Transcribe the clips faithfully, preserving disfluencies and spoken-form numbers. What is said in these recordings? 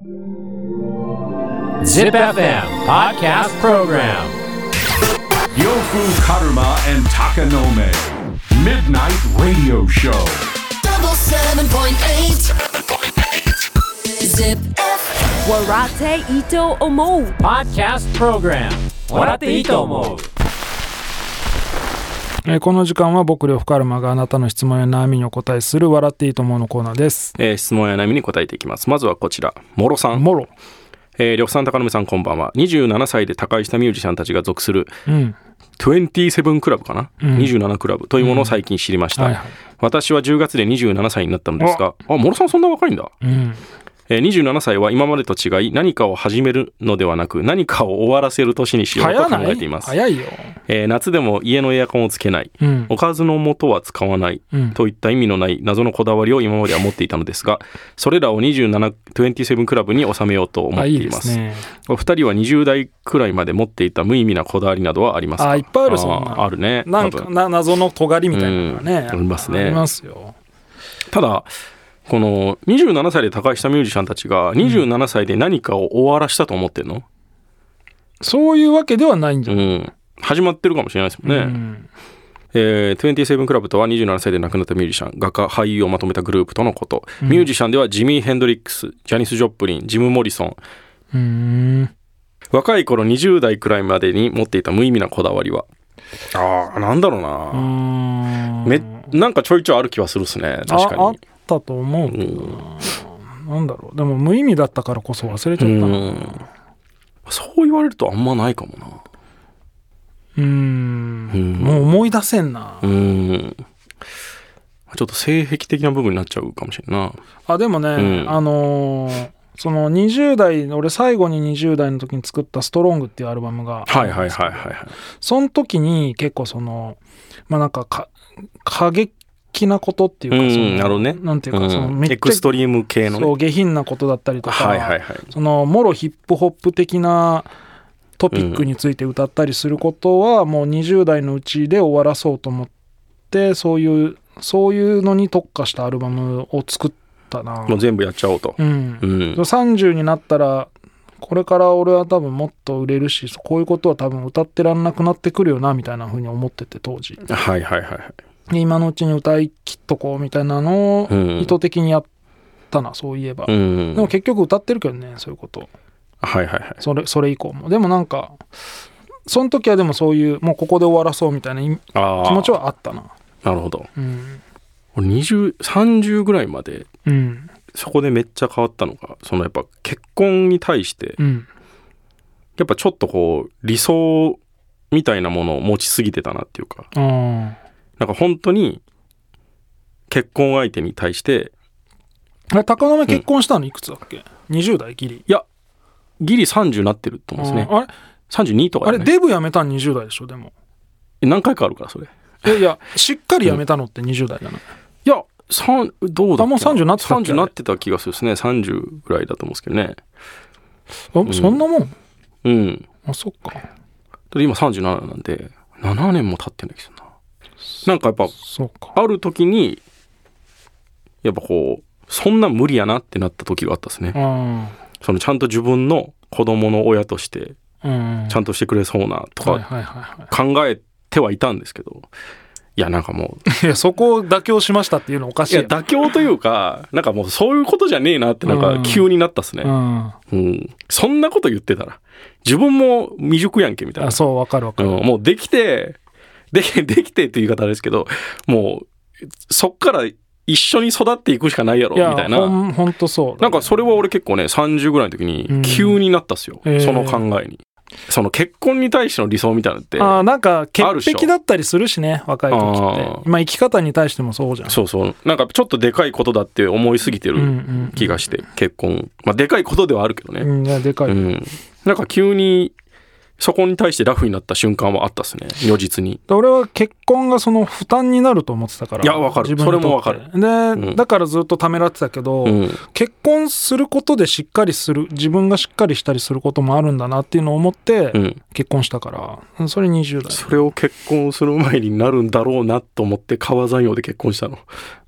Zip エフエム Podcast Program Yofu Karuma and Takanome Midnight Radio Show Double seven point eight Zip エフエム笑っていいと思う Podcast Program 笑っていいと思う。 えー、この時間は僕呂布カルマがあなたの質問や悩みにお答えする笑っていいと思うのコーナーです。 えー、質問や悩みに答えていきます。まずはこちら、もろさん。 もろ、 えー、呂布さん、高野目さん、こんばんは。にじゅうななさいで他界したミュージシャンたちが属する、 うん、 にじゅうななクラブかな、うん、にじゅうななクラブというものを最近知りました、うんはいはい、私はじゅうがつでにじゅうななさいになったのですが、あ、もろさんそんな若いんだ、 うんえー、にじゅうななさいは今までと違い何かを始めるのではなく何かを終わらせる年にしようと考えています。 早いよ、 えー、夏でも家のエアコンをつけない、うん、おかずの素は使わない、うん、といった意味のない謎のこだわりを今までは持っていたのですが、それらをにじゅうなな、にじゅうななクラブに収めようと思っています。 いいですね。 お二人はにじゅう代くらいまで持っていた無意味なこだわりなどはありますか？ あ、いっぱいある。そんなあるね。 なんかな謎の尖りみたいなのがね、 うん、ありますね。 ありますよ。 ただこのにじゅうななさいで他界したミュージシャンたちがにじゅうななさいで何かを終わらしたと思ってんの？うん、 そういうわけではないんじゃない、 うん、始まってるかもしれないですもんね。うんえー、にじゅうななクラブとはにじゅうななさいで亡くなったミュージシャン、画家、俳優をまとめたグループとのこと、うん、ミュージシャンではジミー・ヘンドリックス、ジャニス・ジョプリン、ジム・モリソン。 うーん若い頃にじゅう代くらいまでに持っていた無意味なこだわりは、あーなんだろうな、うーんめなんかちょいちょいある気はするっすね。確かにあ, あったと思うけどな、なんだろう、でも無意味だったからこそ忘れちゃったな。うんそう言われるとあんまないかもな。 うーんうんもう思い出せんな。 うんちょっと性癖的な部分になっちゃうかもしれんな。 あでもね、うん、あのー、そのにじゅう代、俺最後ににじゅう代の時に作ったストロングっていうアルバムがはいはいはいはい、 その時に結構そのまあなんかか過激なことっていうか、その、 うん、なるほどね、 なんていうか、そのめっちゃエクストリーム系のね、 そう下品なことだったりとか、 はいはいはい、 そのもろヒップホップ的なトピックについて歌ったりすることはもうにじゅう代のうちで終わらそうと思って、そういうそういうのに特化したアルバムを作ったな。 もう全部やっちゃおうと、 うんうん、さんじゅうになったらこれから俺は多分もっと売れるし、こういうことは多分歌ってらんなくなってくるよなみたいな風に思ってて当時。 はいはいはいはい。 で今のうちに歌い切っとこうみたいなのを意図的にやったな、うん、そういえば、うん、でも結局歌ってるけどね、そういうこと。 はいはいはい。 それそれ以降もでもなんかその時はでもそういうもうここで終わらそうみたいな気持ちはあったな。 なるほど、 うん、 俺にじゅう、さんじゅうぐらいまで、 うん、 そこでめっちゃ変わったのが、そのやっぱ結婚に対して、うん、やっぱちょっとこう理想みたいなものを持ちすぎてたなっていうか、 うん、 なんか本当に結婚相手に対してあれ高野目結婚したのいくつだっけ、うん、にじゅう代ギリ、 いやギリさんじゅうなってると思うんですね。 あれさんじゅうにとか、ね、 あれデブ辞めたのにじゅう代でしょ。でも何回かあるからそれ。 いやしっかり辞めたのってにじゅう代だな、うん、いやさんどうだっけな、 もうさんじゅうなってたっけ、 さんじゅうなってた気がするですね。さんじゅうぐらいだと思うんですけどね。 あ、うん、そんなもん。 うんあそっか。 で今さんじゅうなななんでななねんも経ってないけどな。なんかやっぱそうか、 ある時にやっぱこうそんな無理やなってなった時があったですね。そのちゃんと自分の子供の親としてちゃんとしてくれそうなとか考えてはいたんですけど、いやなんかもういやそこを妥協しましたっていうのおかしい。 いや妥協というかなんかもうそういうことじゃねえなってなんか急になったっすね、うんうん、そんなこと言ってたら自分も未熟やんけみたいな。 あそうわかるわかる、 うん、もうできてで, できてっていう言い方ですけど、もうそっから一緒に育っていくしかないやろみたいな。 ほん、ほんとそうだね。 なんかそれは俺結構ねさんじゅうぐらいの時に急になったっすよ、うん、その考えに、えー、その結婚に対しての理想みたいなのってあなんか潔癖だったりするしね、若い時って。まあ生き方に対してもそうじゃん。 そうそうなんかちょっとでかいことだって思いすぎてる気がして、うんうんうん、結婚まあでかいことではあるけどね、 うん、いやでかい、うん、 なんか急にそこに対してラフになった瞬間はあったっすね、如実に。 俺は結婚がその負担になると思ってたから。 いや分かる、それも分かる。 で、うん、だからずっとためらってたけど、うん、結婚することでしっかりする、自分がしっかりしたりすることもあるんだなっていうのを思って結婚したから、それにじゅう代。 それを結婚する前になるんだろうなと思って川山用で結婚したの。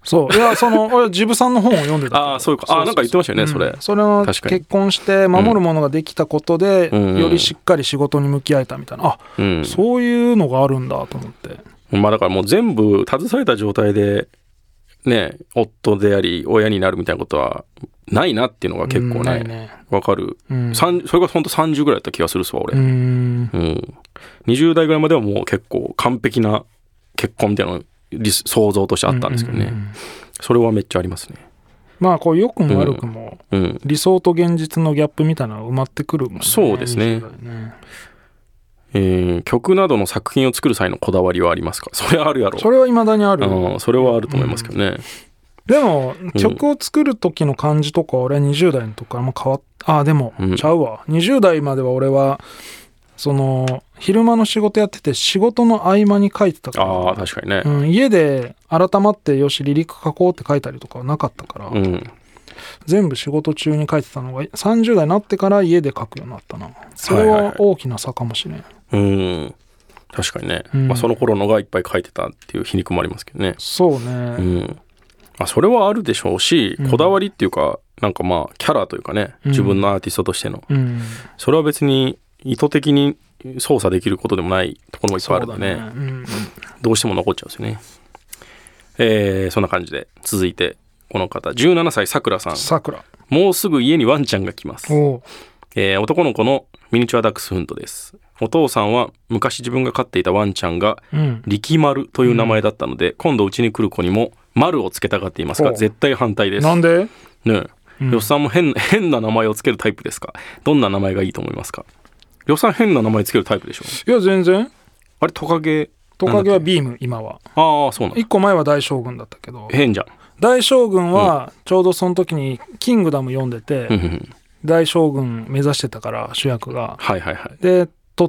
そういやその俺ジブさんの本を読んでたああそういうかあなんか言ってましたよね、うん、それそれは結婚して守るものができたことで、うん、よりしっかり仕事に向き合えたみたいなあ、うん、そういうのがあるんだと思って、 まあだからもう全部携えた状態でね夫であり親になるみたいなことはないなっていうのが結構ね、うん、ね分かる、うん、それが本当さんじゅうぐらいだった気がするっすわ俺、うんうん、にじゅう代ぐらいまではもう結構完璧な結婚みたいなの想像としてあったんですけどね、うんうんうん、それはめっちゃありますね。 まあこう良くも悪くも、うんうん、理想と現実のギャップみたいなのが埋まってくるもんね。 そうですね、ねえー、曲などの作品を作る際のこだわりはありますか？それはあるやろ。 それは未だにある、 うん、それはあると思いますけどね、うん、 でも曲を作る時の感じとか俺はにじゅう代のとこあんま変わっあでも、うん、ちゃうわにじゅう代までは俺はその昼間の仕事やってて仕事の合間に書いてたから、 あ確かにね、 うん、家で改まってよし離陸書こうって書いたりとかはなかったから、うん、全部仕事中に書いてたのがさんじゅう代になってから家で書くようになったな。それは大きな差かもしれん、はいはいはい、うん確かにね、うんまあ、その頃のがいっぱい書いてたっていう皮肉もありますけどね。 そうね、 うんあそれはあるでしょうし、こだわりっていうか、うん、なんかまあキャラというかね自分のアーティストとしての、うん、それは別に意図的に操作できることでもないところもいっぱいあるんで ね, ね、うん、どうしても残っちゃうんですよね、えー、そんな感じで続いてこの方じゅうななさいさくらさん。 さくらもうすぐ家にワンちゃんが来ます、えー、男の子のミニチュアダックスフントです。お父さんは昔自分が飼っていたワンちゃんが力丸という名前だったので、うん、今度うちに来る子にも丸をつけたがっていますが絶対反対です。 なんでねえ、よっさんも 変, 変な名前をつけるタイプですか？どんな名前がいいと思いますか？よっさん変な名前つけるタイプでしょ？ いや全然。 あれトカゲトカゲはビーム今は。 ああそうなんだ。 いっこまえは大将軍だったけど変じゃん。 大将軍はちょうどその時にキングダム読んでて、うん、大将軍目指してたから主役が、 はいはいはい、 で撮って、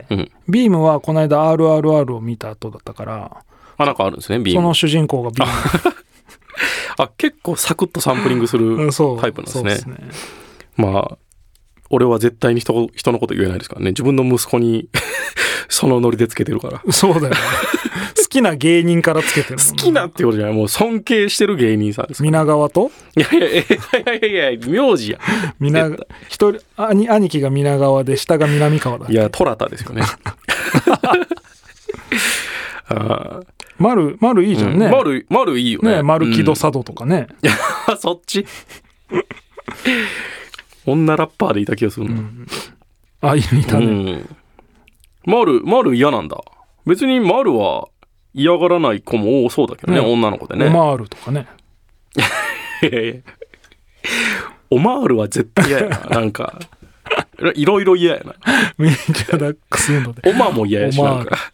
うん、ビームはこの間 アールアールアール を見た後だったからあなんかあるんですねビーム。 その主人公がビームあ結構サクッとサンプリングするタイプなんですね。そうですね。まあ俺は絶対に 人, 人のこと言えないですからね。自分の息子にそのノリでつけてるから。そうだよね好きな芸人からつけてるもん、ね、 好きなってことじゃないもう尊敬してる芸人さんです。 皆川といやいやいやいやいや名字や皆一人 兄, 兄貴が皆川で下が南川だ。 いやトラタですよねあ丸丸いいじゃんね、 うん、丸, 丸いいよね。 ね丸木戸佐渡とかね、 うん、そっち女ラッパーでいた気がするの、うん、 あいたね、うん、 丸丸嫌なんだ。別に丸は嫌がらない子も多そうだけどね、ね女の子でね。 オマールとかねオマールは絶対嫌やななんかいろいろ嫌やなミニチュアダックスフントでオマも嫌やしなんか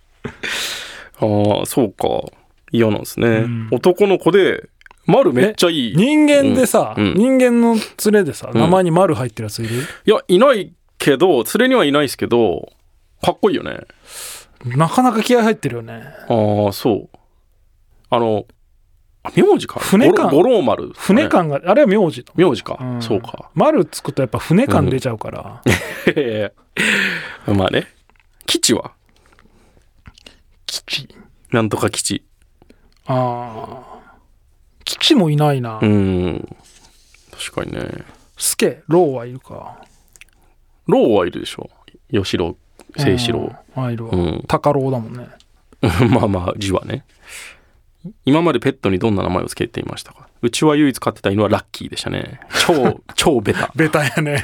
ああそうか嫌なんですね、うん、男の子で丸めっちゃいい。 人間でさ、うん、人間の連れでさ、うん、名前に丸入ってるやついる？ いやいないけど連れにはいないですけどかっこいいよね。 なかなか気合入ってるよね。 ああそうあの名字か船感五郎丸、ね、 船感があれは名字と名字か、うん、そうか丸つくとやっぱ船感出ちゃうから、 うん、まあね基地は基地なんとか基地ああ基地もいないな。 うん確かにね。 スケローはいるか。 ローはいるでしょ。吉郎清志郎あいるわ、うん、高郎だもんねまあまあ字はね。今までペットにどんな名前をつけていましたか？うちは唯一飼ってた犬はラッキーでしたね。超超ベタベタやね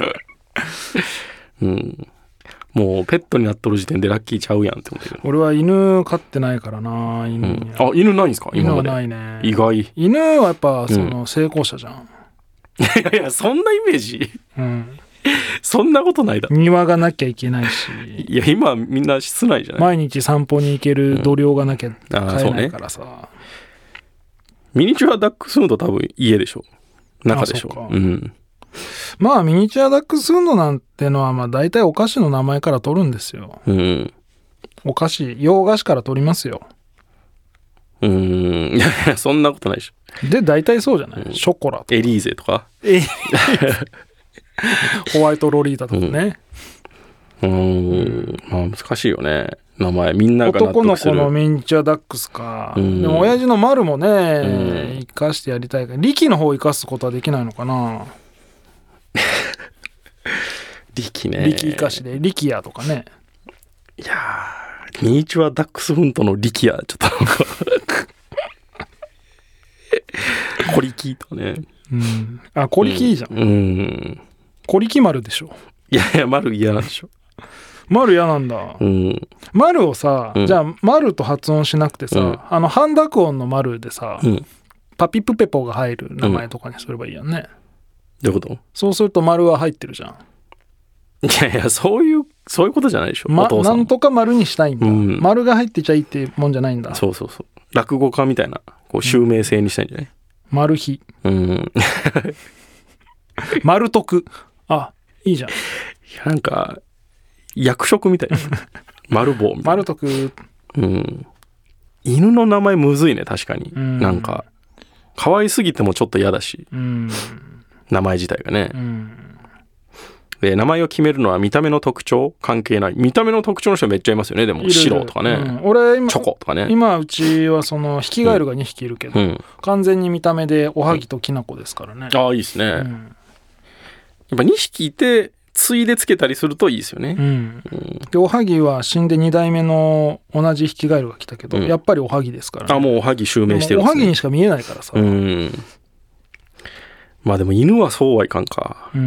うんもうペットになっとる時点でラッキーちゃうやんって思ってる。 俺は犬飼ってないからな犬、うん、 あ犬ないんですか？ 犬はないね。 意外。 犬はやっぱその成功者じゃん、 うん、いやいやそんなイメージ、うん、そんなことないだろ。 庭がなきゃいけないし。 いや今みんな室内じゃない。 毎日散歩に行ける度量がなきゃ飼えないからさ、うんね、 ミニチュアダックスフンド多分家でしょ中でしょ。あ、そうか、うん、 まあミニチュアダックスフンドなんてのはまあ大体お菓子の名前から取るんですよ、うん、お菓子洋菓子から取りますよ。 うーんいやそんなことないでしょ。で大体そうじゃない、うん、ショコラとかエリーゼとかホワイトロリータとかね。 うん、うーんまあ難しいよね。 名前みんなが納男の得する。 子のミニチュアダックスか、 うん、 でも親父の丸もね、 うん、 生かしてやりたいから力の方生かすことはできないのかな。 力ね。 力生かしで力也とかね。 いやーミニチュアダックスフントの力也ちょっとなんか小力とかね、 うん、あ小力いいじゃん、 うん、うん、 小力丸でしょ。 いやいや丸嫌なんでしょ。 丸嫌なんだ、 うん、 丸をさ、 うん、 じゃあ丸と発音しなくてさ、うん、あの半濁音の丸でさ、うん、パピプペポが入る名前とかにすればいいやんね、 うん、どういうこと？そうすると丸は入ってるじゃん。 いやいやそういうそういうことじゃないでしょ、 ま、 お父さんなんとか丸にしたいんだ、うん、丸が入ってちゃいいってもんじゃないんだ。 そうそうそう落語家みたいなこう襲名性にしたいんじゃない、うん、 丸日、 うん、 丸徳、あいいじゃん。 なんか役職みたいな丸棒みたいな丸徳、 うん、犬の名前むずいね確かに、うん、なんか可愛すぎてもちょっと嫌だし、うん、名前自体がね、うん、で名前を決めるのは見た目の特徴関係ない。見た目の特徴の人めっちゃいますよね。でも白とかね、うん、 俺今チョコとかね。 今うちはそのヒキガエルがにひきいるけど、うん、完全に見た目でおはぎときなこですからね、 うん、ああいいですね、うん、やっぱにひきいてついでつけたりするといいですよね、うんうん、 でおはぎは死んでに代目の同じヒキガエルが来たけど、うん、やっぱりおはぎですからね。 あもうおはぎ襲名してるんですね。 おはぎにしか見えないからさ、うん、 まあでも犬はそうはいかんか、うんうん、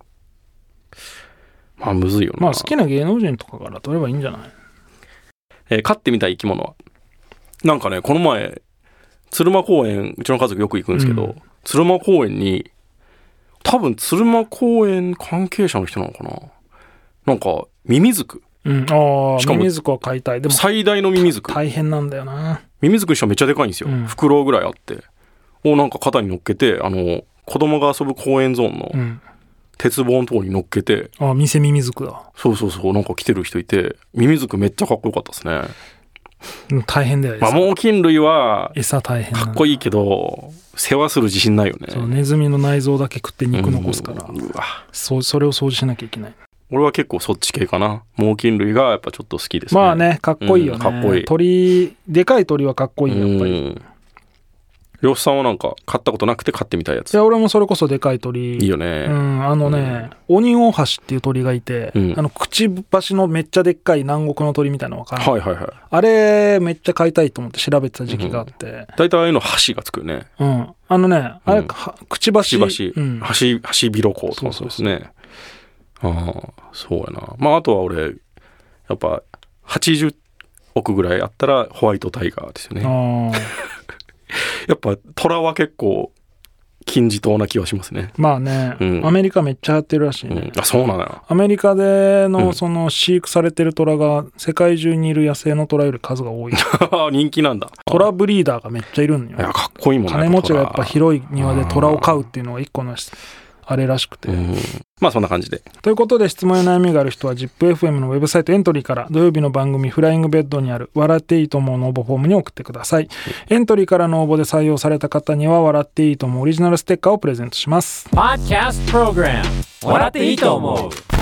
まあむずいよな。 まあ好きな芸能人とかから取ればいいんじゃない。 えー、飼ってみたい生き物はなんかねこの前鶴間公園うちの家族よく行くんですけど、うん、鶴間公園に多分鶴間公園関係者の人なのかな、なんかミミズク、 うん、あしかもミミズクを飼いたい。でも最大のミミズク大変なんだよな。 ミミズクにしてはめっちゃでかいんですよ、うん、袋ぐらいあってをなんか肩に乗っけてあの子供が遊ぶ公園ゾーンの、うん鉄棒のところに乗っけて、 あ店ミミズクだ。 そうそうそうなんか来てる人いてミミズクめっちゃかっこよかったですね。 大変だよね。 まあ猛禽類は餌大変かっこいいけど世話する自信ないよね。 そうネズミの内臓だけ食って肉残すから、うん、うわ そ, それを掃除しなきゃいけない。 俺は結構そっち系かな。猛禽類がやっぱちょっと好きですね。 まあねかっこいいよね、うん、かっこいい。鳥でかい鳥はかっこいいよやっぱり、うん漁師さんはなんか飼ったことなくて飼ってみたいやつ。 いや俺もそれこそでかい鳥いいよね、 うん、あのね、うん、オニオオハシっていう鳥がいて、うん、あのくちばしのめっちゃでっかい南国の鳥みたいなの分かる、 はいはいはい、あれめっちゃ飼いたいと思って調べてた時期があって、 大体、うん、ああいうの箸がつくよね、 うん、あのねあれ、うん、くちばしくちばし、うん、箸箸ビロコとかそうですね。そうそうそう。ああそうやな。まああとは俺やっぱはちじゅっおくぐらいあったらホワイトタイガーですよね。あやっぱ虎は結構金字塔な気はしますね。 まあね、うん、アメリカめっちゃやってるらしいね、 うん、あそうなのよ。 アメリカでのその飼育されてる虎が世界中にいる野生の虎より数が多い人気なんだ。 虎ブリーダーがめっちゃいるんよ。 いやかっこいいもんね。 金持ちがやっぱ広い庭で虎を飼うっていうのが一個のあれらしくて、うん、 まあそんな感じでということで質問や悩みがある人は ジップエフエム のウェブサイトエントリーから土曜日の番組フライングベッドにある笑っていいと思うの応募フォームに送ってください、うん、エントリーからの応募で採用された方には笑っていいと思うオリジナルステッカーをプレゼントします。 Podcast Program 笑っていいと思う